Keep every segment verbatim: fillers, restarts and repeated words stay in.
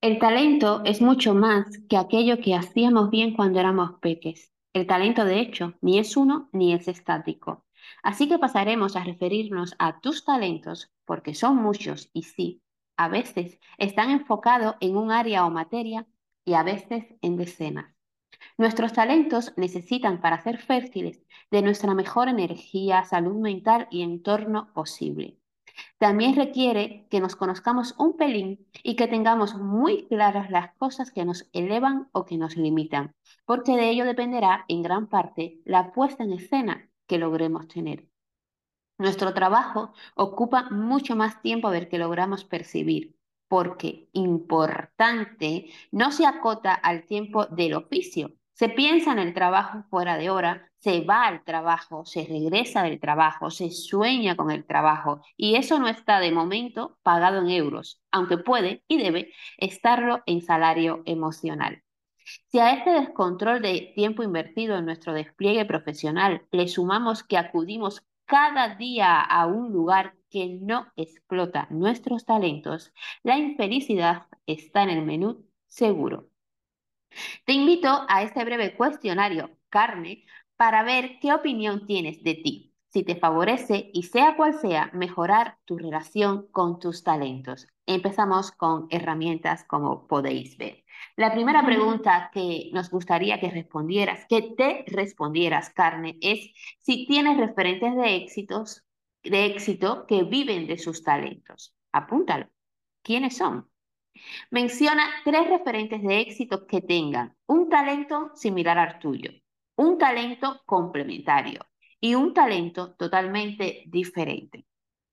El talento es mucho más que aquello que hacíamos bien cuando éramos peques. El talento, de hecho, ni es uno ni es estático. Así que pasaremos a referirnos a tus talentos, porque son muchos y sí, a veces están enfocados en un área o materia y a veces en decenas. Nuestros talentos necesitan, para ser fértiles, de nuestra mejor energía, salud mental y entorno posible. También requiere que nos conozcamos un pelín y que tengamos muy claras las cosas que nos elevan o que nos limitan, porque de ello dependerá en gran parte la puesta en escena que logremos tener. Nuestro trabajo ocupa mucho más tiempo del que logramos percibir, porque importante no se acota al tiempo del oficio. Se piensa en el trabajo fuera de hora, se va al trabajo, se regresa del trabajo, se sueña con el trabajo y eso no está de momento pagado en euros, aunque puede y debe estarlo en salario emocional. Si a este descontrol de tiempo invertido en nuestro despliegue profesional le sumamos que acudimos cada día a un lugar que no explota nuestros talentos, la infelicidad está en el menú seguro. Te invito a este breve cuestionario, carne, para ver qué opinión tienes de ti, si te favorece y sea cual sea, mejorar tu relación con tus talentos. Empezamos con herramientas como podéis ver. La primera pregunta que nos gustaría que respondieras, que te respondieras, carne, es si tienes referentes de éxitos, de éxito que viven de sus talentos. Apúntalo. ¿Quiénes son? Menciona tres referentes de éxito que tengan un talento similar al tuyo, un talento complementario y un talento totalmente diferente.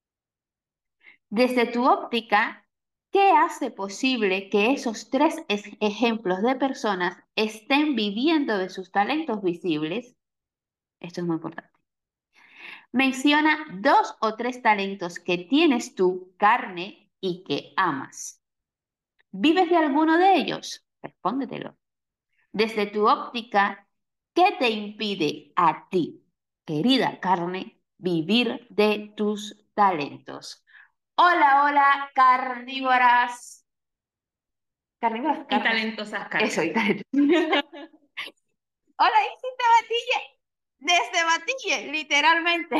Desde tu óptica, ¿qué hace posible que esos tres es- ejemplos de personas estén viviendo de sus talentos visibles? Esto es muy importante. Menciona dos o tres talentos que tienes tú, carne, y que amas. ¿Vives de alguno de ellos? Respóndetelo. Desde tu óptica, ¿qué te impide a ti, querida carne, vivir de tus talentos? Hola, hola, carnívoras. Carnívoras, Y carnes. talentosas Eso, y carnes. tal. Hola, visita Batille. Desde Batille, literalmente.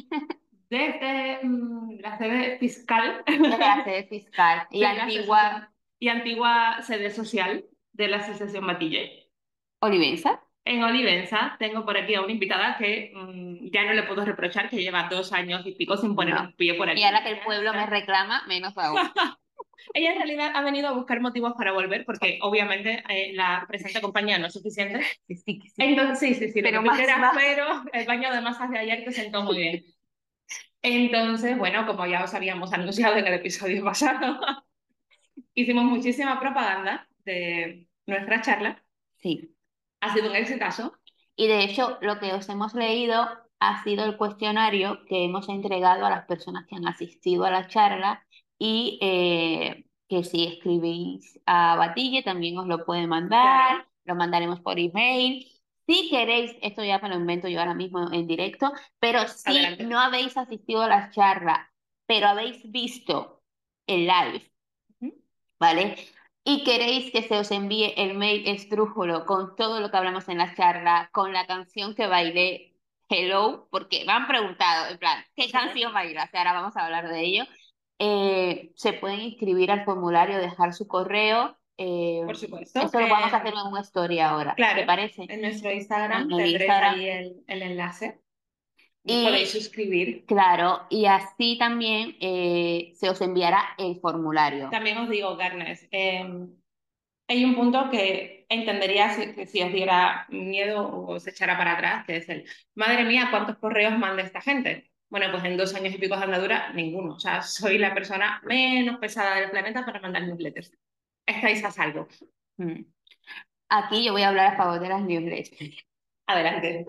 Desde mm, la sede fiscal Desde la sede fiscal y de la Asociación antigua y antigua sede social de la Asociación Matille. Olivenza. En Olivenza tengo por aquí a una invitada que mm, ya no le puedo reprochar que lleva dos años y pico sin poner No. un pie por Y aquí. ahora que el pueblo me reclama, menos aún. Ella en realidad ha venido a buscar motivos para volver porque obviamente eh, la presente compañía no es suficiente. Que sí, que sí. Entonces, sí, sí, sí, lo que Pero tú más, quieras, más. pero el baño de masas de ayer te sentó muy bien. Entonces, bueno, como ya os habíamos anunciado en el episodio pasado, hicimos muchísima propaganda de nuestra charla. Sí. Ha sido un exitazo. Y de hecho, lo que os hemos leído ha sido el cuestionario que hemos entregado a las personas que han asistido a la charla y eh, que si escribís a Batille también os lo pueden Claro, mandar, lo mandaremos por email. Si queréis, esto ya me lo invento yo ahora mismo en directo, pero si adelante. no habéis asistido a la charla, pero habéis visto el live, Ujú. ¿vale? Y queréis que se os envíe el mail esdrújulo con todo lo que hablamos en la charla, con la canción que bailé, Hello, porque me han preguntado, en plan, Por ¿qué canción supuesto. bailaste? Ahora vamos a hablar de ello. Eh, se pueden inscribir al formulario, dejar su correo. Eh, Por supuesto. eso lo vamos a Eh, hacer en una story ahora, ¿te claro, parece? en nuestro En Instagram el tendréis Instagram. ahí el, el enlace. Podéis Y suscribir. claro, y así también eh, se os enviará el formulario. También os digo, Garnes, eh, hay un punto que entendería si, que si os diera miedo o os echara para atrás, que es el, madre mía, ¿cuántos correos manda esta gente? Bueno, pues en dos años y pico de andadura, ninguno. O sea, soy la persona menos pesada del planeta para mandar newsletters. Estáis a salvo. Mm. Aquí yo voy a hablar a favor de las newsletters. Adelante.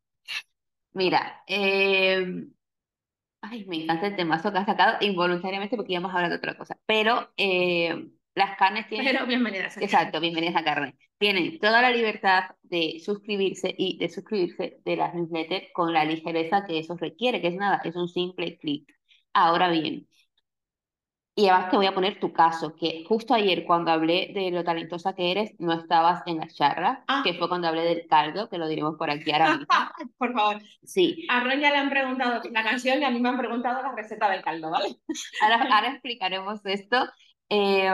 Mira, eh, ay, me encanta el temazo que has sacado involuntariamente porque íbamos a hablar de otra cosa. Pero eh, las carnes tienen, Pero bienvenidas a exacto, bienvenidas a carne. Tienen toda la libertad de suscribirse y de suscribirse de las newsletters con la ligereza que eso requiere, que es nada, es un simple clic. Ahora bien, Y además te voy a poner tu caso, que justo ayer cuando hablé de lo talentosa que eres, no estabas en la charla, Ah, que fue cuando hablé del caldo, que lo diremos por aquí ahora mismo. por favor. Sí, A Ron ya le han preguntado la canción y a mí me han preguntado la receta del caldo, ¿vale? ahora, ahora explicaremos esto. Eh,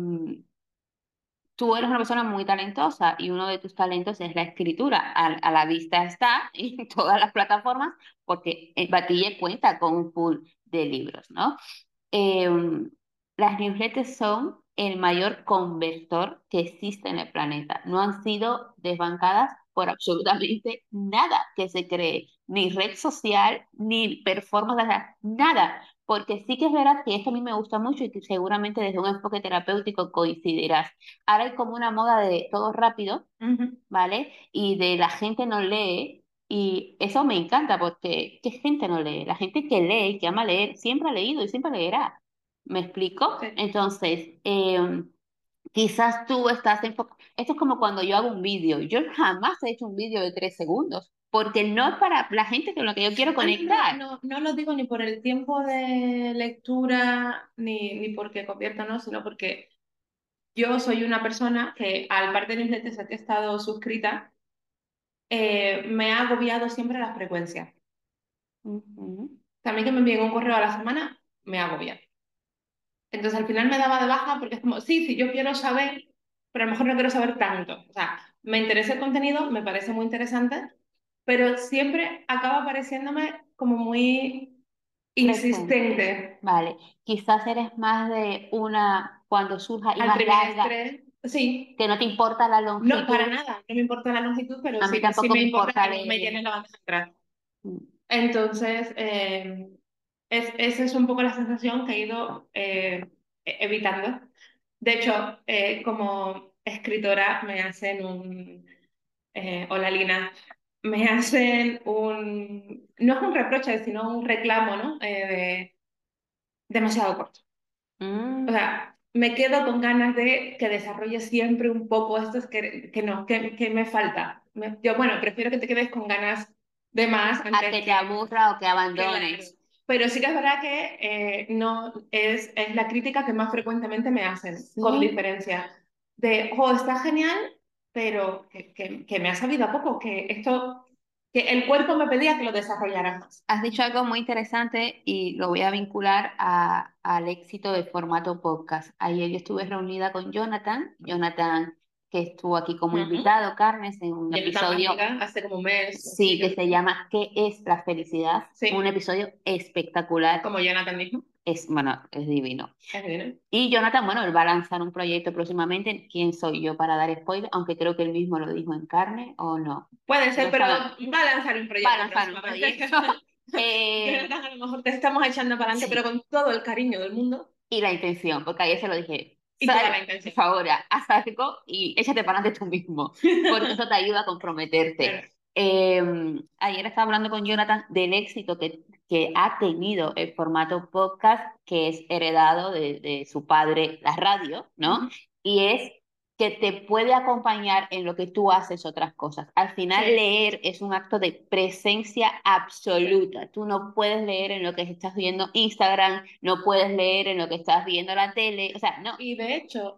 Tú eres una persona muy talentosa y uno de tus talentos es la escritura. A, a la vista está en todas las plataformas porque eh, Batille cuenta con un pool de libros, ¿no? Eh, las newsletters son el mayor conversor que existe en el planeta. No han sido desbancadas por absolutamente nada que se cree, ni red social, ni performance, o sea, nada. Porque sí que es verdad que esto a mí me gusta mucho y que seguramente desde un enfoque terapéutico coincidirás. Ahora hay como una moda de todo rápido, Ujú. ¿vale? Y de la gente no lee. Y eso me encanta porque ¿qué gente no lee? La gente que lee y que ama leer siempre ha leído y siempre leerá. ¿Me explico? Sí. Entonces, em, quizás tú estás enfocado. Esto es como cuando yo hago un vídeo. Yo jamás he hecho un vídeo de tres segundos porque no es para la gente con la que yo quiero Ah, no, no, conectar. no, no lo digo ni por el tiempo de lectura ni, ni porque convierta, no, sino porque yo soy una persona que al par de newsletters a que he estado suscrita, eh, me ha agobiado siempre la frecuencia. Ujú. También que me envíen un correo a la semana, me agobia. Entonces al final me daba de baja porque es como, sí, sí, yo quiero saber, pero a lo mejor no quiero saber tanto. O sea, me interesa el contenido, me parece muy interesante, pero siempre acaba pareciéndome como muy Frecuente. insistente. Vale. Quizás eres más de una cuando surja y Al más larga, trimestre, sí, que no te importa la no, para longitud. nada, no me importa la longitud, pero A mí sí, me- sí tampoco me me importa importa que no me leer. llene la bandeja central. Mm. Entonces, eh, es, esa es un poco la sensación que he ido eh, e- evitando. De hecho, eh, como escritora me hacen un... eh, hola Lina, me hacen un... No es un reproche, sino un reclamo, ¿no? Eh, de demasiado corto. O Mm, sea, me quedo con ganas de que desarrolle siempre un poco esto, es que, que no, que, que me falta. Me- yo, bueno, prefiero que te quedes con ganas de más a antes que te que... aburra o que Claro. abandones. Pero sí que es verdad que eh, no es, es la crítica que más frecuentemente me hacen, con Sí. diferencia. De, oh, está genial, pero que, que, que me ha sabido a poco, que esto, que el cuerpo me pedía que lo desarrollara más. Has dicho algo muy interesante y lo voy a vincular a- al éxito de formato podcast. Ayer yo estuve reunida con Jonathan, Jonathan que estuvo aquí como Ujú. invitado, Carnes, en un Y él está episodio, amiga hace como un mes, así sí, que que se llama ¿Qué es la felicidad? Un sí, episodio espectacular. como Jonathan mismo. Es, bueno, es divino. Es bien. Y Jonathan, bueno, él va a lanzar un proyecto próximamente. ¿Quién soy yo para dar spoiler? Aunque creo que él mismo lo dijo en carne o no. Puede ser, No pero sabe. va a lanzar un Va a proyecto lanzar un próximamente. proyecto. Eh, Jonathan, a lo mejor te estamos echando para adelante, pero sí. con todo el cariño del mundo Y la intención, porque ayer se lo dije, y toda sal, la por intención. favor, haz algo y échate para adelante tú mismo, porque eso te ayuda a comprometerte. Claro. Eh, Ayer estaba hablando con Jonathan del éxito que, que ha tenido el formato podcast, que es heredado de, de su padre, la radio, ¿no? Ujú. Y es que te puede acompañar en lo que tú haces otras cosas. Al final, Sí, leer es un acto de presencia sí. absoluta. Tú no puedes leer en lo que estás viendo Instagram, no puedes leer en lo que estás viendo la tele, o sea, no. Y de hecho,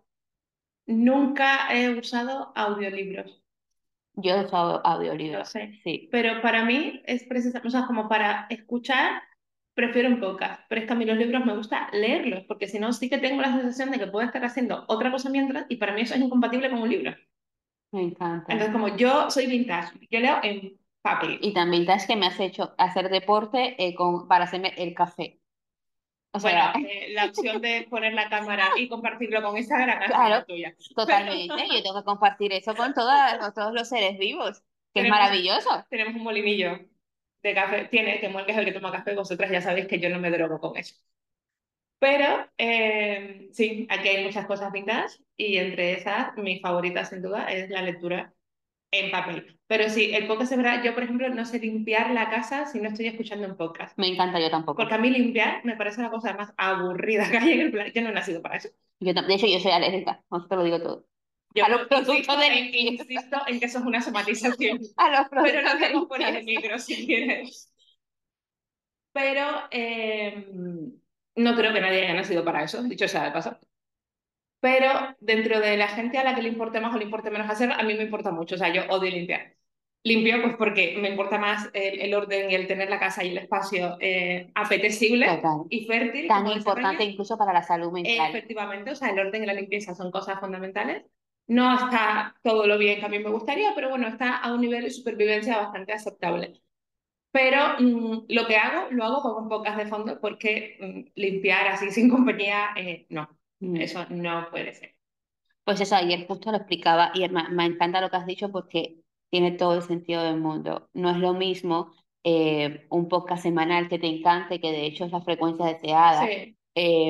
nunca he usado audiolibros, Yo he usado lo audiolibros, sé. sí, Pero para mí es precisamente, o sea, como para escuchar, prefiero un podcast. Pero es que a mí los libros me gusta leerlos, porque si no, sí que tengo la sensación de que puedo estar haciendo otra cosa mientras, y para mí eso es incompatible con un libro. me encanta. Entonces, como yo soy vintage, yo leo en papel. Y también es que me has hecho hacer deporte eh, con, para hacerme el café. O Bueno, sea, eh, la opción de poner la cámara y compartirlo con Instagram ha sido claro, tuya. Pero totalmente. Yo tengo que compartir eso con, todas, con todos los seres vivos, que es tenemos, maravilloso. tenemos un molinillo de café. Tiene, que Muel, que es el que toma café, vosotras ya sabéis que yo no me drogo con eso. Pero eh, sí, aquí hay muchas cosas vintage y entre esas, mi favorita sin duda es la lectura en papel. Pero sí, el podcast es verdad, yo por ejemplo no sé limpiar la casa si no estoy escuchando un podcast. Me encanta, yo Porque tampoco. a mí limpiar me parece la cosa más aburrida que hay en el planeta. Yo no he nacido para eso. Yo, tam- de hecho, yo soy alérgica, no te lo digo todo. Yo A los productos insisto de en, limpieza, insisto en que eso es una somatización. a los Pero lo productos de hacemos fuera de limpieza. micro si quieres. Pero eh, No creo que nadie haya nacido para eso, dicho sea de paso. Pero dentro de la gente a la que le importe más o le importe menos hacer, a mí me importa mucho. O sea, yo odio limpiar. Limpio pues porque me importa más el, el orden y el tener la casa y el espacio eh, apetecible Total. y fértil, Tan como dice importante Reyes. incluso para la salud mental. Efectivamente, o sea, el orden y la limpieza son cosas fundamentales. No está todo lo bien que a mí me gustaría, pero bueno, está a un nivel de supervivencia bastante aceptable. Pero mm, lo que hago, lo hago con pocas de fondo porque mm, limpiar así sin compañía, eh, no, Mm. eso no puede ser. Pues eso, ayer justo lo explicaba y me, me encanta lo que has dicho porque tiene todo el sentido del mundo. No es lo mismo eh, un podcast semanal que te encante, que de hecho es la frecuencia deseada, Sí, eh,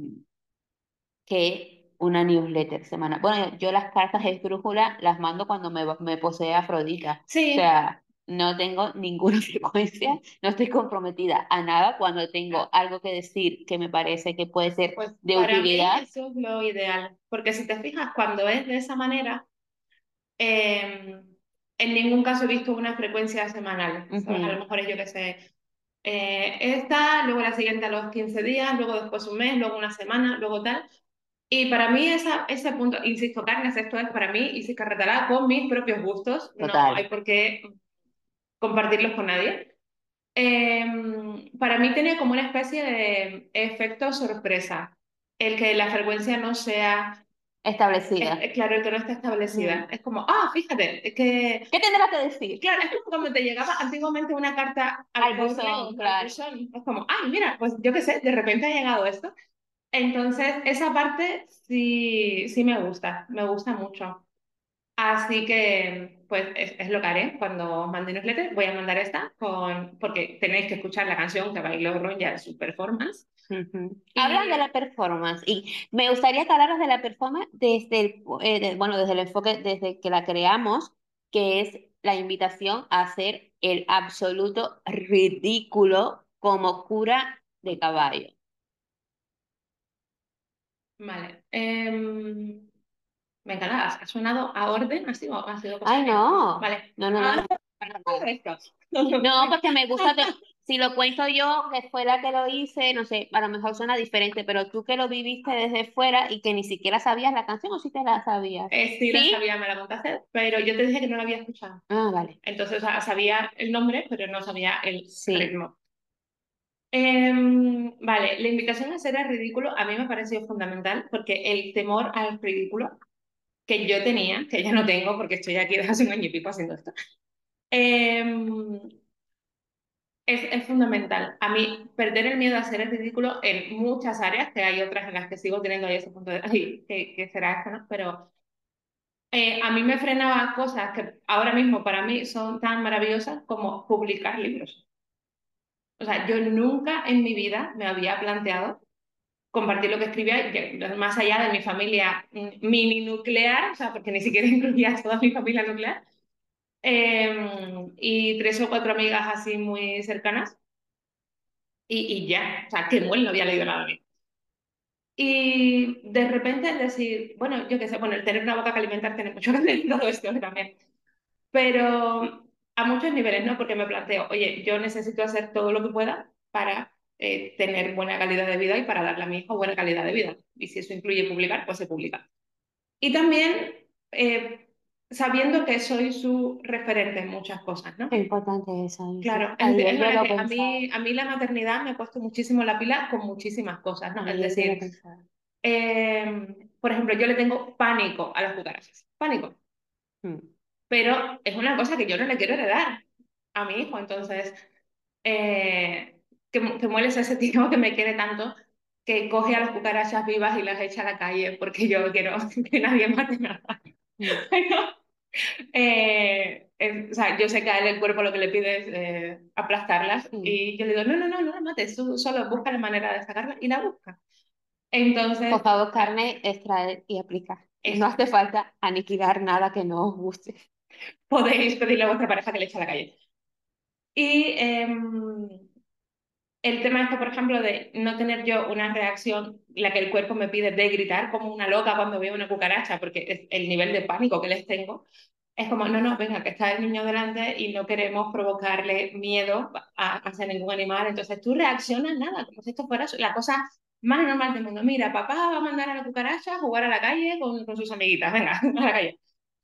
que una newsletter semanal. Bueno, yo las cartas de esdrújula las mando cuando me, me posee Afrodita. O sí, sea, no tengo ninguna frecuencia, no estoy comprometida a nada cuando tengo algo que decir que me parece que puede ser pues de para mí utilidad. eso es lo ideal, porque si te fijas, cuando es de esa manera, eh, en ningún caso he visto una frecuencia semanal, ¿sabes? A lo Ujú, mejor es yo que sé, eh, esta, luego la siguiente a los quince días, luego después un mes, luego una semana, luego tal. Y para mí esa, ese punto, insisto, carnes, esto es para mí y si carretará con mis propios gustos, no hay total. por qué compartirlos con nadie. Eh, para mí tiene como una especie de efecto sorpresa, el que la frecuencia no sea, es, Establecida. es claro, el que no esté establecida. Mm. Es como, ah, fíjate, es que, ¿Qué tendrá que decir? claro, es como cuando te llegaba antiguamente una carta al Al correo, buzón, al claro. buzón. Es como, ay, mira, pues yo qué sé, de repente ha llegado esto. Entonces, esa parte sí, sí me gusta, me gusta mucho. Así que, pues es, es lo que haré cuando os mande newsletter. Voy a mandar esta con, porque tenéis que escuchar la canción que bailó Ronja en su performance. Ujú. Hablan de Y la performance y me gustaría que hablaras de la performance desde el, eh, de- bueno, desde el enfoque, desde que la creamos, que es la invitación a hacer el absoluto ridículo como cura de caballo. vale, em, venga, nada, ha sonado a orden, ha sido, ha sido cosa Ay, mía. no, Vale, no, no, no, ahora no, para nada. esto. No, porque me gusta, te- si lo cuento yo, que fue la que lo hice, no sé, a lo mejor suena diferente, pero tú que lo viviste desde fuera y que ni siquiera sabías la canción o si te la sabías. Eh, sí la ¿Sí? sabía, me la contaste, pero yo te dije que no la había escuchado. Ah, vale. Entonces, o sea, sabía el nombre, pero no sabía el Sí. ritmo. Em, vale, la invitación a ser el ridículo a mí me ha parecido fundamental porque el temor al ridículo que yo tenía, que ya no tengo porque estoy aquí desde hace un año y pico haciendo esto, em, es, es fundamental. A mí, perder el miedo a hacer el ridículo en muchas áreas, que hay otras en las que sigo teniendo ahí ese punto de, ay, ¿qué, qué será esto, no? Pero eh, a mí me frenaba cosas que ahora mismo para mí son tan maravillosas como publicar libros. O sea, yo nunca en mi vida me había planteado compartir lo que escribía, ya- más allá de mi familia mm, mini nuclear, o sea, porque ni siquiera incluía a toda mi familia nuclear, eh, y tres o cuatro amigas así muy cercanas, y, y ya, o sea, que bueno, no había leído nada de mí. Y de repente decir, bueno, yo qué sé, bueno, el tener una boca que alimentar tiene mucho que ver en todo esto también, pero a muchos niveles, ¿no? Porque me planteo, oye, yo necesito hacer todo lo que pueda para eh, tener buena calidad de vida y para darle a mi hijo buena calidad de vida. Y si eso incluye publicar, pues se publica. Y también eh, sabiendo que soy su referente en muchas cosas, ¿no? Qué importante eso, Isis. Claro, es, Ayer es yo verdad lo que a pensaba. mí, a mí la maternidad me ha puesto muchísimo la pila con muchísimas cosas, ¿no? Es Ayer yo lo decir, pensaba. eh, por ejemplo, yo le tengo pánico a las cucarachas, pánico, Mm. pero es una cosa que yo no le quiero heredar a mi hijo, entonces, eh, que, que mueles a ese tío que me quiere tanto que coge a las cucarachas vivas y las echa a la calle porque yo quiero que nadie mate nada. Mm. Eh, eh, o sea, yo sé que a él el cuerpo lo que le pide es eh, aplastarlas Mm. y yo le digo, no, no, no, no la mates, tú solo busca la manera de sacarla y la busca. Entonces, Por favor, carne, extraer y aplicar. No eso, hace falta aniquilar nada que no os guste. podéis pedirle a vuestra pareja que le eche a la calle. Y em, el tema este, por ejemplo, de no tener yo una reacción, la que el cuerpo me pide de gritar como una loca cuando veo una cucaracha, porque es el nivel de pánico que les tengo, es como, no, no, venga, que está el niño delante y no queremos provocarle miedo a, hacia ningún animal. Entonces tú reaccionas nada, como si esto fuera la cosa más normal del mundo. Mira, papá va a mandar a la cucaracha a jugar a la calle con, con sus amiguitas, venga, a la calle.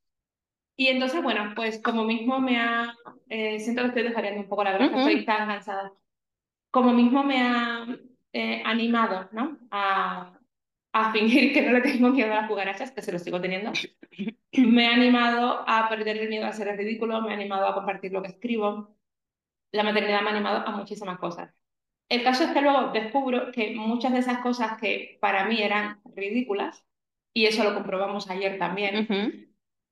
Y entonces, bueno, pues como mismo me ha, eh, siento que estoy desvariando un poco, la verdad es que estoy Mm, tan cansada, como mismo me ha eh, animado, ¿no? A, a fingir que no le tengo miedo a las cucarachas, que se lo sigo teniendo. Me ha animado a perder el miedo a hacer el ridículo, me ha animado a compartir lo que escribo. La maternidad me ha animado a muchísimas cosas. El caso es que luego descubro que muchas de esas cosas que para mí eran ridículas, y eso lo comprobamos ayer también, ujú.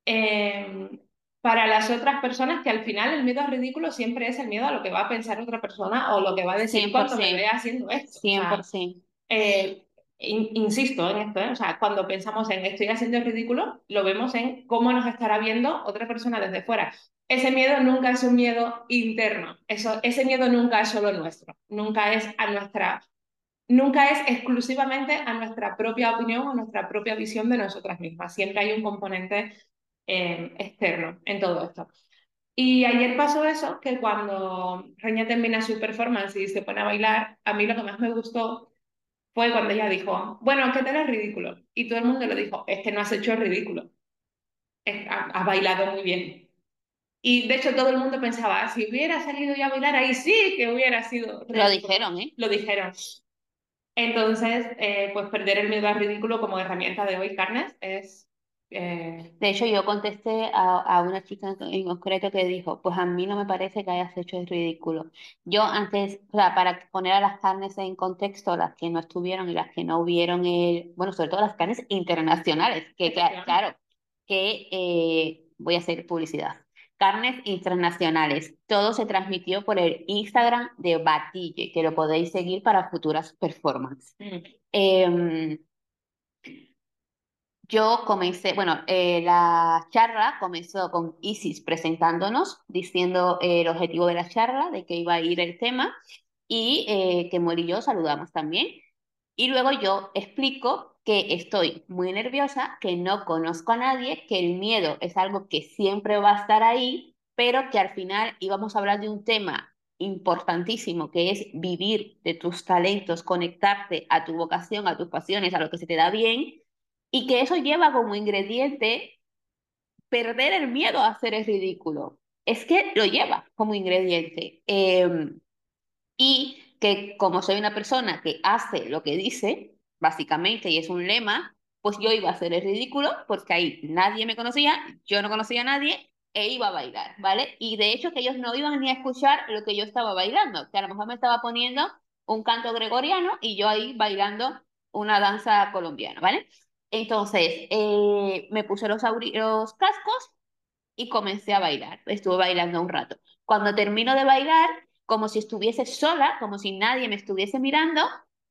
eh, para las otras personas, que al final el miedo al ridículo siempre es el miedo a lo que va a pensar otra persona o lo que va a decir cien por cuando me vea ciento, haciendo esto. O cien por sea, ciento. eh, in- insisto en esto, ¿eh? O sea, cuando pensamos en estoy haciendo el ridículo, lo vemos en cómo nos estará viendo otra persona desde fuera. Ese miedo nunca es un miedo interno, eso, ese miedo nunca es solo nuestro, nunca es a nuestra, nunca es exclusivamente a nuestra propia opinión o nuestra propia visión de nosotras mismas. Siempre hay un componente eh, externo en todo esto. Y ayer pasó eso, que cuando Reña termina su performance y se pone a bailar, a mí lo que más me gustó fue cuando ella dijo, bueno, ¿qué tal es ridículo? Y todo el mundo le dijo, es que no has hecho el ridículo, es- ha- has bailado muy bien. Y de hecho todo el mundo pensaba, "Ah, si hubiera salido ya a bailar, ahí sí que hubiera sido Lo ridículo". dijeron, ¿eh? Lo dijeron. Entonces, eh, pues perder el miedo al ridículo como herramienta de hoy, Carnes, es... eh, De hecho, yo contesté a, a una chica en en concreto que dijo, pues a mí no me parece que hayas hecho el ridículo. Yo antes, o sea, para poner a las carnes en contexto, las que no estuvieron y las que no vieron el, bueno, sobre todo las carnes internacionales, que cla- efectivamente. claro, que eh, voy a hacer publicidad. Carnes internacionales. Todo se transmitió por el Instagram de Batille, que lo podéis seguir para futuras performances. Mm. Em, yo comencé, bueno, eh, la charla comenzó con Isis presentándonos, diciendo eh, el objetivo de la charla, de que iba a ir el tema, y eh, que Mori y yo saludamos también. Y luego yo explico que estoy muy nerviosa, que no conozco a nadie, que el miedo es algo que siempre va a estar ahí, pero que al final íbamos a hablar de un tema importantísimo, que es vivir de tus talentos, conectarte a tu vocación, a tus pasiones, a lo que se te da bien y que eso lleva como ingrediente perder el miedo a hacer el ridículo. Es que lo lleva como ingrediente. Eh, y que como soy una persona que hace lo que dice, básicamente, y es un lema, pues yo iba a hacer el ridículo porque ahí nadie me conocía, yo no conocía a nadie e iba a bailar, ¿vale? Y de hecho que ellos no iban ni a escuchar lo que yo estaba bailando, que a lo mejor me estaba poniendo un canto gregoriano y yo ahí bailando una danza colombiana, ¿vale? Entonces, eh, me puse los, auri- los cascos y comencé a bailar. Estuve bailando un rato. Cuando termino de bailar, como si estuviese sola, como si nadie me estuviese mirando,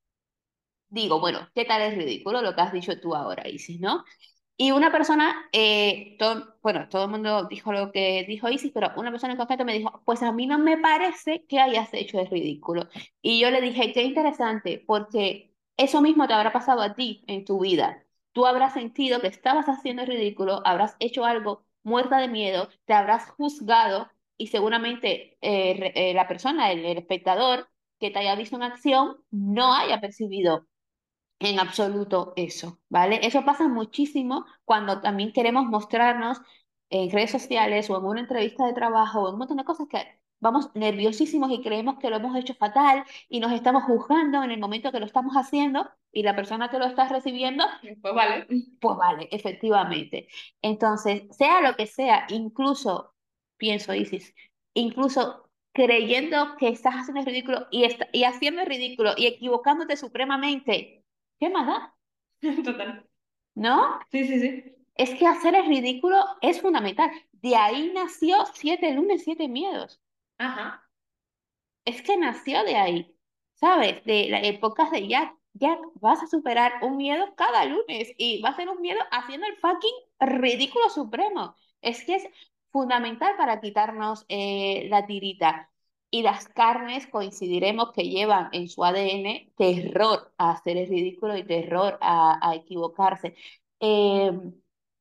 digo, bueno, ¿qué tal es ridículo lo que has dicho tú ahora, Isis, ¿no? Y una persona, eh, todo, bueno, todo el mundo dijo lo que dijo Isis, pero una persona en concreto me dijo, pues a mí no me parece que hayas hecho el ridículo. Y yo le dije, qué interesante, porque eso mismo te habrá pasado a ti en tu vida. Tú habrás sentido que estabas haciendo el ridículo, habrás hecho algo muerta de miedo, te habrás juzgado y seguramente eh, re- eh, la persona, el, el espectador que te haya visto en acción, no haya percibido en absoluto eso, ¿vale? Eso pasa muchísimo cuando también queremos mostrarnos en redes sociales o en una entrevista de trabajo o en un montón de cosas que vamos nerviosísimos y creemos que lo hemos hecho fatal y nos estamos juzgando en el momento que lo estamos haciendo y la persona que lo está recibiendo, Pues vale. pues vale, efectivamente. Entonces, sea lo que sea, incluso, pienso, Isis, incluso creyendo que estás haciendo el ridículo y, est- y haciendo el ridículo y equivocándote supremamente, ¿qué más da? Total. ¿No? Sí, sí, sí. Es que hacer el ridículo es fundamental. De ahí nació Siete lunes, siete miedos. Ajá. Es que nació de ahí, ¿sabes? De las épocas de Jack. Jack, vas a superar un miedo cada lunes y va a ser un miedo haciendo el fucking ridículo supremo. Es que es fundamental para quitarnos eh, la tirita. Y las carnes coincidiremos que llevan en su A D N terror a hacer el ridículo y terror a, a equivocarse. Eh,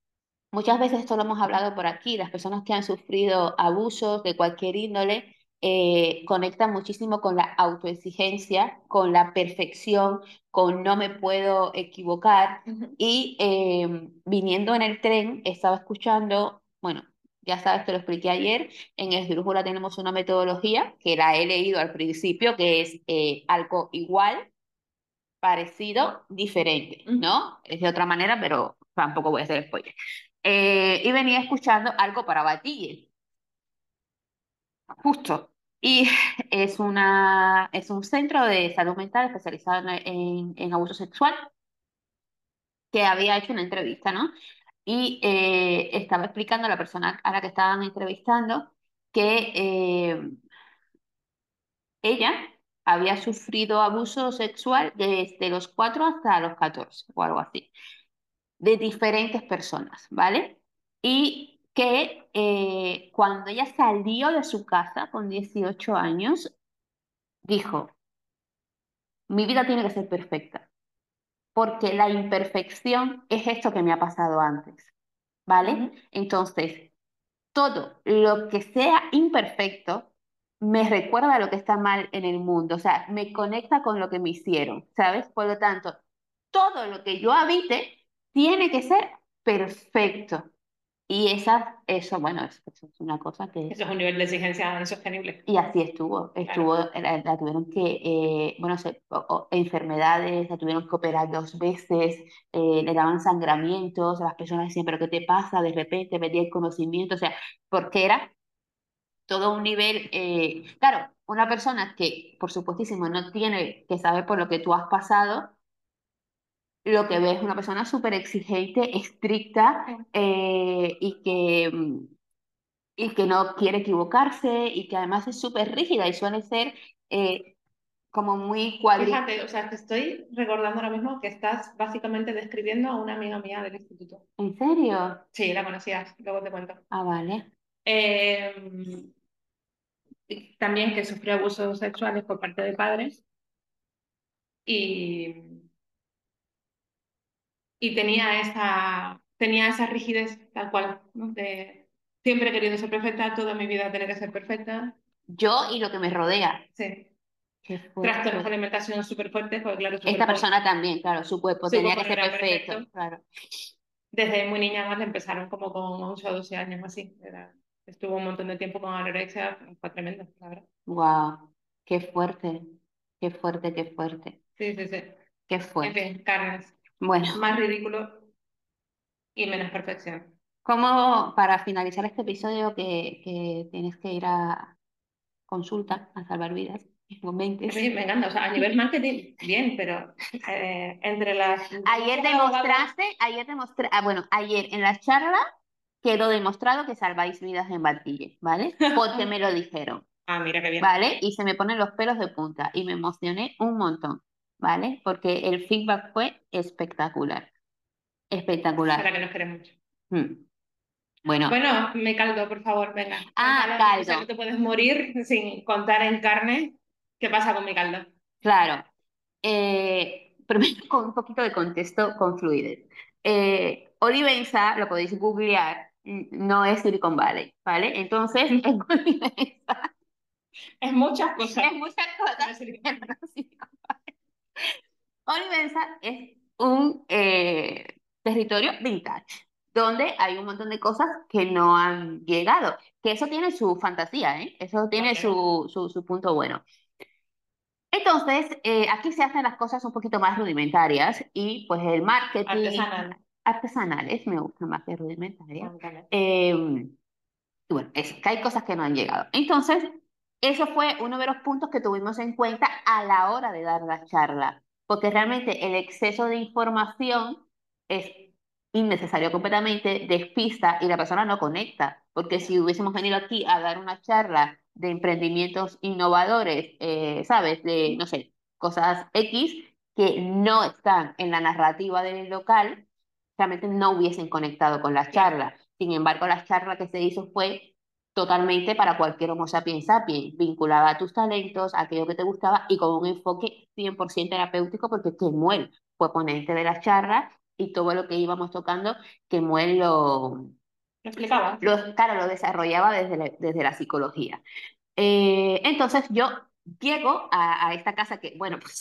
Muchas veces esto lo hemos hablado por aquí, las personas que han sufrido abusos de cualquier índole eh, conectan muchísimo con la autoexigencia, con la perfección, con no me puedo equivocar. Ujú. Y eh, viniendo en el tren, estaba escuchando, bueno, ya sabes, te lo expliqué ayer, en Esdrújula tenemos una metodología que la he leído al principio, que es eh, algo igual, parecido, diferente, Ujú. ¿no? Es de otra manera, pero tampoco voy a hacer spoiler. Eh, y venía escuchando algo para Batille, justo. Y es, una, es un centro de salud mental especializado en, en- en abuso sexual que había hecho una entrevista, ¿no? Y eh, estaba explicando a la persona a la que estaban entrevistando que eh, ella había sufrido abuso sexual desde los cuatro hasta los catorce o algo así, de diferentes personas, ¿vale? Y que eh, cuando ella salió de su casa con dieciocho años, dijo, mi vida tiene que ser perfecta, porque la imperfección es esto que me ha pasado antes, ¿vale? Ujú. Entonces, todo lo que sea imperfecto me recuerda a lo que está mal en el mundo, o sea, me conecta con lo que me hicieron, ¿sabes? Por lo tanto, todo lo que yo habite tiene que ser perfecto. Y esa, eso, bueno, eso, eso es una cosa que... Eso es un nivel de exigencia insostenible. Y así estuvo, Claro. estuvo, la, la tuvieron que, eh, bueno, se- o- o- enfermedades, la tuvieron que operar dos veces, eh, le daban sangramientos, las personas decían, pero ¿qué te pasa? De repente perdí el conocimiento, o sea, porque era todo un nivel, eh, claro, una persona que, por supuestísimo, no tiene que saber por lo que tú has pasado, lo que ve es una persona súper exigente, estricta, eh, y que... mm, y que no quiere equivocarse y que además es súper rígida y suele ser eh, como muy cuadri... Fíjate, o sea, te estoy recordando ahora mismo que estás básicamente describiendo a una amiga mía del instituto. ¿En serio? Sí, la conocías, luego te cuento. Ah, vale. Eh, También que sufrió abusos sexuales por parte de padres y, y tenía esa, tenía esa rigidez tal cual, ¿no? De siempre he querido ser perfecta, toda mi vida tiene que ser perfecta. Yo y lo que me rodea. Sí. Qué Trastornos de fuerte. alimentación súper fuertes, porque claro, su Esta cuerpo, persona también, claro, su cuerpo su tenía cuerpo que no ser era perfecto, perfecto. claro. Desde muy niña más le empezaron como con once o doce años así. Era, estuvo un montón de tiempo con anorexia, fue tremendo, la verdad. Wow, qué fuerte, qué fuerte, qué fuerte, Sí, sí, sí. qué En fuerte. fin, carnes. Bueno, Más ridículo y menos perfección. como para finalizar este episodio que, que tienes que ir a consulta a salvar vidas, no A mentes. mí me encanta, o sea, a nivel marketing, bien, pero eh, entre las Ayer diferencias de abogados, demostraste, ayer demostré, ah, bueno, ayer en la charla quedó demostrado que salváis vidas en Barquille, ¿vale? Porque me lo dijeron, ah, mira qué bien. ¿vale? Y se me ponen los pelos de punta y me emocioné un montón, ¿vale? Porque el feedback fue espectacular, Será espectacular. que nos queremos mucho. Mm. Bueno, Bueno, me caldo, por favor, venga. ah, Cuéntale, o sea, no caldo, te puedes morir sin contar en carne qué pasa con mi caldo. claro. Eh, primero con un poquito de contexto con fluidez. Eh, Olivenza, lo podéis googlear, n- no es Silicon Valley, ¿vale? Entonces, en Olivenza Es muchas cosas. es muchas Pero cosas, sí. pero no Silicon- Olivenza es un eh, territorio vintage, donde hay un montón de cosas que no han llegado, que eso tiene su fantasía, ¿eh? Eso No, tiene claro. su, su, su punto bueno. Entonces, eh, aquí se hacen las cosas un poquito más rudimentarias y pues el marketing Artesanal. artesanales me gustan más que rudimentarias. Ah, vale. Eh, y bueno, es que hay cosas que no han llegado. Entonces, eso fue uno de los puntos que tuvimos en cuenta a la hora de dar la charla, porque realmente el exceso de información es innecesario completamente, despista y la persona no conecta, porque si hubiésemos venido aquí a dar una charla de emprendimientos innovadores, eh, ¿sabes? De, no sé, cosas X que no están en la narrativa del local, realmente no hubiesen conectado con la Claro. charla. Sin embargo, la charla que se hizo fue totalmente para cualquier Homo sapiens sapiens, vinculada a tus talentos, a aquello que te gustaba y con un enfoque cien por ciento terapéutico, porque Kemuel fue ponente de la charla y todo lo que íbamos tocando, que Muel lo, ¿Lo explicabas? lo, claro, lo desarrollaba desde la, desde la psicología. Eh, entonces yo llego a, a esta casa que, bueno, pues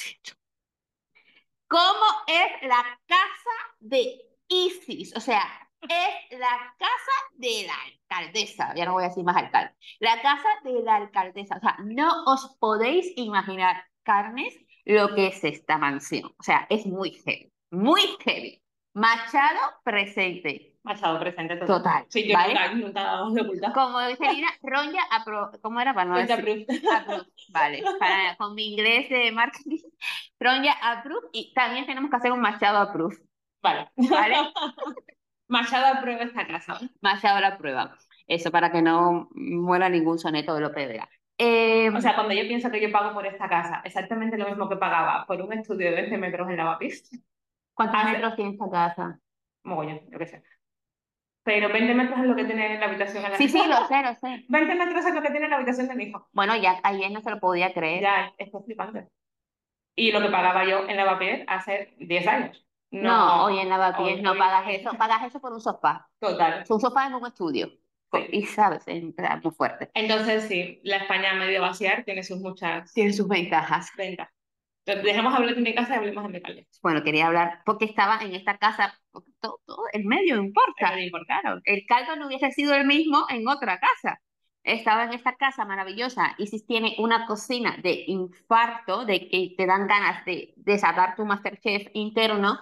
¿cómo es la casa de Isis? O sea, es la casa de la alcaldesa. Ya no voy a decir más alcalde. La casa de la alcaldesa. O sea, no os podéis imaginar, carnes, lo que es esta mansión. O sea, es muy heavy. Muy heavy. Machado presente. Machado presente total. Total. Sí, yo ¿Vale? nunca, nunca os lo he ocultado. Como dice Lina, Ronja apro ¿cómo era para no Ronja decir? approved. Approve. Vale. Para, con mi inglés de marketing, Ronja approve y también tenemos que hacer un Machado approve. Vale. ¿Vale? Machado aprueba esta casa. Machado la prueba. Eso para que no muera ningún soneto de Lope de Vega. Eh, O sea, cuando yo pienso que yo pago por esta casa, exactamente lo mismo que pagaba por un estudio de veinte metros en Lavapiés, ¿cuántos hace metros tiene esta casa? mogollón, yo qué sé. Pero veinte metros es lo que tiene la habitación en la Sí, sí, lo sé, lo sé. veinte metros es lo que tiene la habitación de mi hijo. Bueno, ya ayer no se lo podía creer. Ya, esto es flipante. Y lo que pagaba yo en Lavapiés hace diez años. No, No, hoy en Lavapiés hoy, no hoy, pagas eso, pagas eso por un sofá. total. Un sofá en un estudio. Sí. Y sabes, es muy fuerte. Entonces, sí, la España medio vaciar tiene sus muchas Tiene sus ventajas. ventas. Entonces, dejemos hablar de mi casa y hablemos de mi calle. Bueno, quería hablar porque estaba en esta casa, porque todo, todo el medio importa. El medio importa. Claro, el caldo no hubiese sido el mismo en otra casa. Estaba en esta casa maravillosa. Isis tiene una cocina de infarto, de que te dan ganas de desatar tu MasterChef interno.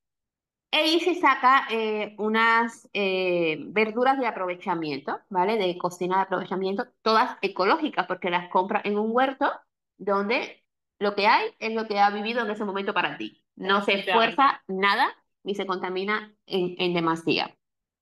E Isis saca eh, unas eh, verduras de aprovechamiento, ¿vale? De cocina de aprovechamiento, todas ecológicas, porque las compra en un huerto donde lo que hay es lo que ha vivido en ese momento para ti. No se esfuerza nada ni se contamina en, en demasía.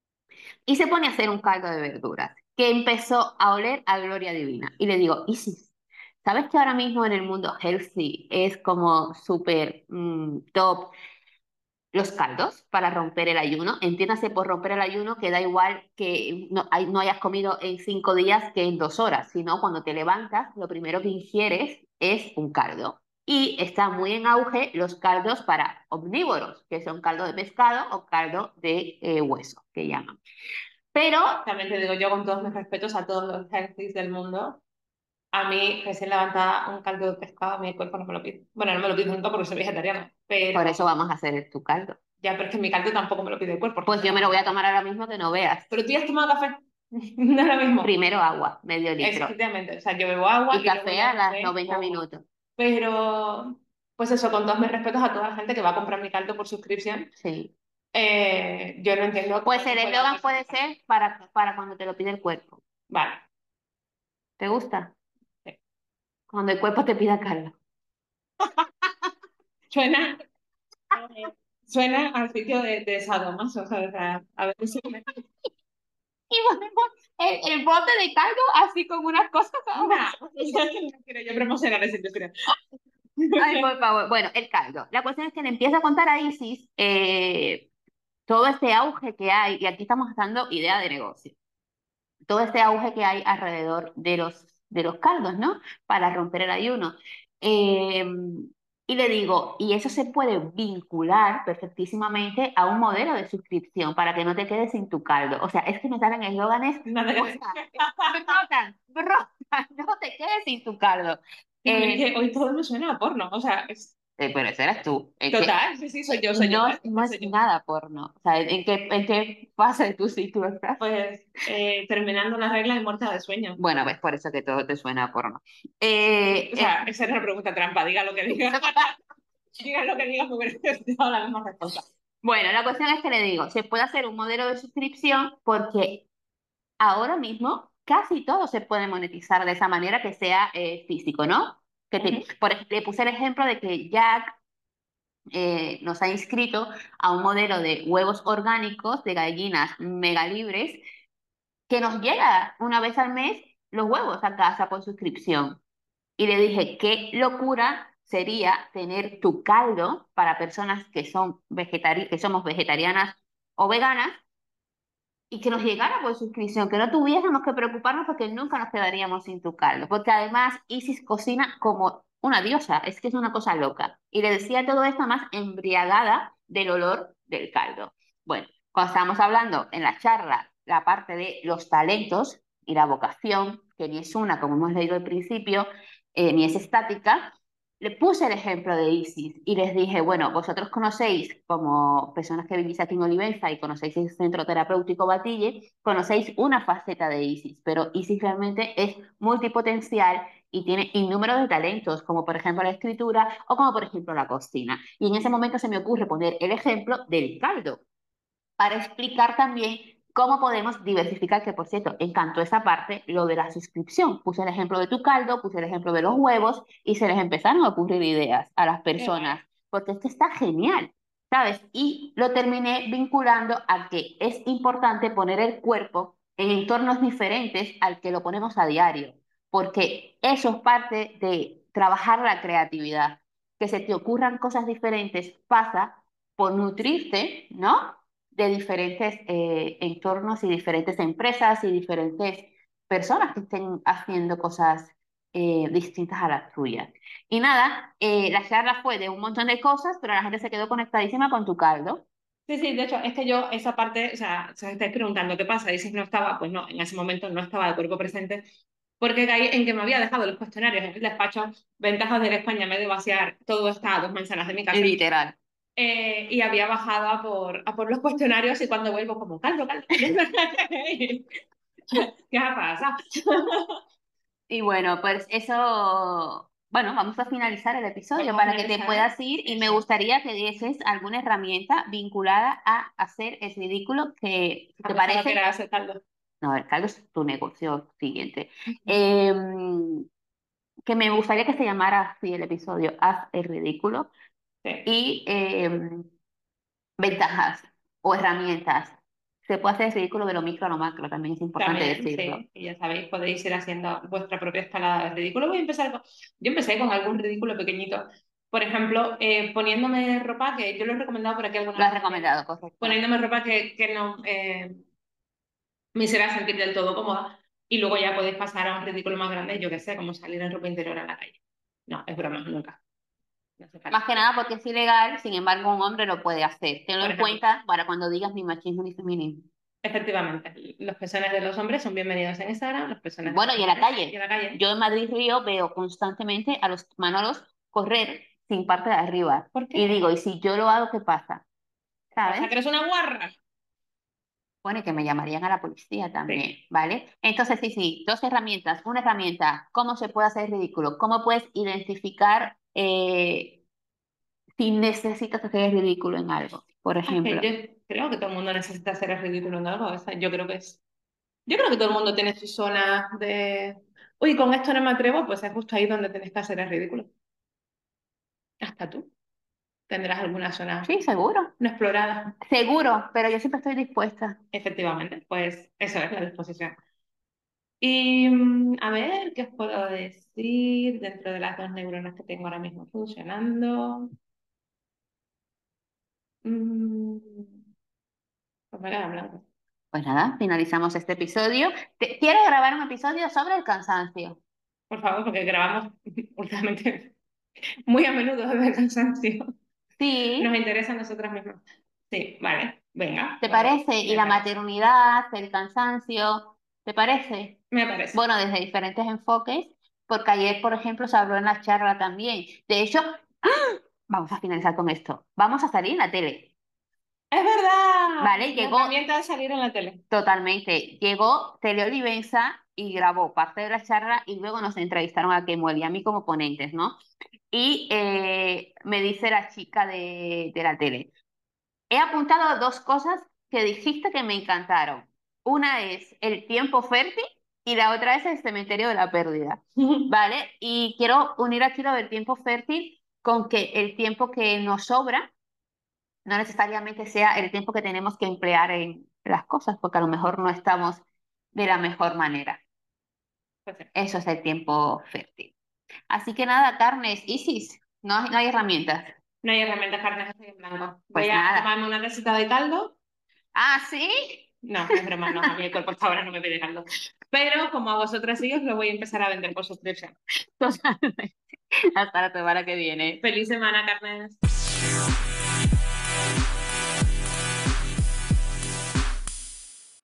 Y se pone a hacer un caldo de verduras que empezó a oler a gloria divina. Y le digo, Isis, ¿sabes que ahora mismo en el mundo healthy es como súper mm, top los caldos para romper el ayuno? Entiéndase por romper el ayuno que da igual que no, hay- no hayas comido en cinco días que en dos horas, sino cuando te levantas, lo primero que ingieres es un caldo. Y está muy en auge los caldos para omnívoros, que son caldo de pescado o caldo de eh, hueso, que llaman. Pero, También te digo yo, con todos mis respetos a todos los healthies del mundo, a mí, recién levantada, un caldo de pescado, a mi cuerpo no me lo pide. Bueno, no me lo pido nunca porque soy vegetariana, pero por eso vamos a hacer tu caldo. ya, pero es que mi caldo tampoco me lo pide el cuerpo. Pues yo me lo voy a tomar ahora mismo que no veas. Pero tú ya has tomado café. No es lo mismo. Primero agua, medio Es, litro. efectivamente, o sea, yo bebo agua Y luego café ya a las café, noventa o- minutos. Pero, pues eso, con todos mis respetos a toda la gente que va a comprar mi caldo por suscripción, Sí. eh, yo no entiendo. Pues cómo el se puede eslogan hacer puede eso. ser para, para cuando te lo pide el cuerpo. Vale. ¿Te gusta? Sí. Cuando el cuerpo te pida caldo. Suena, suena al sitio de, de sadomaso, o sea, a ver si me... Y ponemos el, el bote de caldo así con unas cosas. Nah, no quiero yo promocionar ese sitio, creo. Ay, por favor. Bueno, el caldo. La cuestión es que le empieza a contar a Isis eh, todo este auge que hay, y aquí estamos dando idea de negocio. Todo este auge que hay alrededor de los, de los caldos, ¿no? Para romper el ayuno. Eh, y le digo, y eso se puede vincular perfectísimamente a un modelo de suscripción para que no te quedes sin tu caldo. O sea, es que me salen eslóganes, Nada o que sea, brotan, brotan, no te quedes sin tu caldo. Y a mí es Eh, que hoy todo me suena a porno, o sea, es eh, pero ese eres tú. Es que total, sí, sí, soy yo, soy yo, no, ¿eh? no Soy es yo. nada porno. O sea, ¿en qué, en qué fase de tu ciclo estás? Pues eh, terminando la regla y muerta de sueño. Bueno, ves por eso que todo te suena a porno. Eh, O eh, sea, esa es la pregunta trampa, diga lo que diga. Diga lo que diga, me hubiera dado la misma respuesta. bueno, la cuestión es que le digo, se puede hacer un modelo de suscripción porque ahora mismo casi todo se puede monetizar de esa manera que sea eh, físico, ¿no? Que te, Ujú. por ej- le puse el ejemplo de que Jack eh, nos ha inscrito a un modelo de huevos orgánicos de gallinas mega libres que nos llega una vez al mes los huevos a casa por suscripción. Y le dije, qué locura sería tener tu caldo para personas que son vegetari que somos vegetarianas o veganas y que nos llegara por suscripción, que no tuviésemos que preocuparnos porque nunca nos quedaríamos sin tu caldo. Porque además Isis cocina como una diosa, es que es una cosa loca. Y le decía todo esto más embriagada del olor del caldo. Bueno, cuando estábamos hablando en la charla, la parte de los talentos y la vocación, que ni es una, como hemos leído al principio, eh, ni es estática, le puse el ejemplo de Isis y les dije, bueno, vosotros conocéis, como personas que vivís aquí en Olivenza y conocéis el Centro Terapéutico Batille, conocéis una faceta de Isis, pero Isis realmente es multipotencial y tiene innúmero de talentos, como por ejemplo la escritura o como por ejemplo la cocina. Y en ese momento se me ocurre poner el ejemplo del caldo para explicar también cómo podemos diversificar, que por cierto, encantó esa parte, lo de la suscripción. Puse el ejemplo de tu caldo, puse el ejemplo de los huevos y se les empezaron a ocurrir ideas a las Qué guay. personas, porque esto está genial, ¿sabes? Y lo terminé vinculando a que es importante poner el cuerpo en entornos diferentes al que lo ponemos a diario, porque eso es parte de trabajar la creatividad. Que se te ocurran cosas diferentes pasa por nutrirte, ¿no? De diferentes eh, entornos y diferentes empresas y diferentes personas que estén haciendo cosas eh, distintas a las tuyas. Y nada, eh, la charla fue de un montón de cosas, pero la gente se quedó conectadísima con tu caldo. Sí, sí, de hecho, es que yo esa parte, o sea, se estáis preguntando qué pasa, dices no estaba, pues no, en ese momento no estaba de cuerpo presente, porque caí en que me había dejado los cuestionarios en el despacho, ventajas de la España, me de vaciar, todo está a dos manzanas de mi casa, Literal. eh, y había bajado a por, a por los cuestionarios y cuando vuelvo como, caldo, caldo, ¿qué ha pasado? Y bueno, pues eso, bueno, vamos a finalizar el episodio Vamos a para que te finalizar puedas ir y me eso. gustaría que dieses alguna herramienta vinculada a hacer el ridículo que, Ha ¿te pensado que parece? era ese caldo. No, el caldo es tu negocio siguiente. Em, que me gustaría que se llamara así el episodio, Haz el ridículo, Sí. y em, ventajas o herramientas. Se puede hacer el ridículo de lo micro a lo macro, también es importante También, decirlo. sí, y ya sabéis, podéis ir haciendo vuestra propia escalada de ridículo. Voy a empezar con... Yo empecé con algún ridículo pequeñito. Por ejemplo, eh, poniéndome ropa, que yo lo he recomendado por aquí Lo alguna has vez también, recomendado, correcto. poniéndome ropa que, que no eh, me hiciera sentir del todo cómoda, y luego ya podéis pasar a un ridículo más grande, yo qué sé, como salir en ropa interior a la calle. No, es broma, nunca. No hace falta. Más que nada porque es ilegal, sin embargo, un hombre lo puede hacer. Tenlo Por en ejemplo, cuenta para cuando digas ni machismo ni feminismo. efectivamente, los pezones de los hombres son bienvenidos en Instagram, los pezones de Bueno, las y en la mujeres y en calle. la calle. Yo en Madrid Río veo constantemente a los Manolos correr sin parte de arriba. ¿Por Y qué? digo, ¿y si yo lo hago, qué pasa? ¿Pasa ¿Sabes? que eres una guarra? Bueno, y que me llamarían a la policía Sí. también, ¿vale? Entonces, sí, sí, dos herramientas. Una herramienta, ¿cómo se puede hacer ridículo? ¿Cómo puedes identificar eh, si necesitas hacer el ridículo en algo? Por Ah, es que ejemplo, yo creo que todo el mundo necesita hacer el ridículo en algo. O sea, yo creo que es. Yo creo que todo el mundo tiene su zona de. Uy, con esto no me atrevo, pues es justo ahí donde tenés que hacer el ridículo. Hasta tú tendrás alguna zona sí, seguro, no explorada. seguro, pero yo siempre estoy dispuesta. Efectivamente, pues eso es la disposición. Y mm, a ver, ¿qué os puedo decir dentro de las dos neuronas que tengo ahora mismo funcionando? Mm, pues me quedan blancos. Pues nada, finalizamos este episodio. Te- quiero grabar un episodio sobre el cansancio. Por favor, porque grabamos últimamente muy a menudo de cansancio. Nos Sí, interesa a nosotras mismas. Sí, vale, venga, ¿te pues parece? Y me la parece. maternidad, el cansancio, ¿te parece? Me parece. Bueno, desde diferentes enfoques, porque ayer, por ejemplo, se habló en la charla también. De hecho, vamos a finalizar con esto. Vamos a salir en la tele, ¡Es verdad! ¿vale? La Llegó herramienta de salir en la tele. totalmente, llegó Tele Olivenza y grabó parte de la charla y luego nos entrevistaron a Kemuel y a mí como ponentes, ¿no? Y eh, me dice la chica de, de la tele, he apuntado dos cosas que dijiste que me encantaron. Una es el tiempo fértil y la otra es el cementerio de la pérdida, ¿vale? Y quiero unir aquí lo del tiempo fértil con que el tiempo que nos sobra no necesariamente sea el tiempo que tenemos que emplear en las cosas, porque a lo mejor no estamos de la mejor manera. Pues sí. Eso es el tiempo fértil. Así que nada, carnes, Isis, no, hay- no hay herramientas. No hay herramientas carnes, estoy en blanco. Voy Pues a nada. tomarme una tacita de caldo. Ah, ¿sí? No, es broma, no, a mí el cuerpo hasta ahora no me pide caldo. Pero como a vosotras sí, os lo voy a empezar a vender por suscripción. Totalmente. Hasta la semana que viene. Feliz semana, carnes.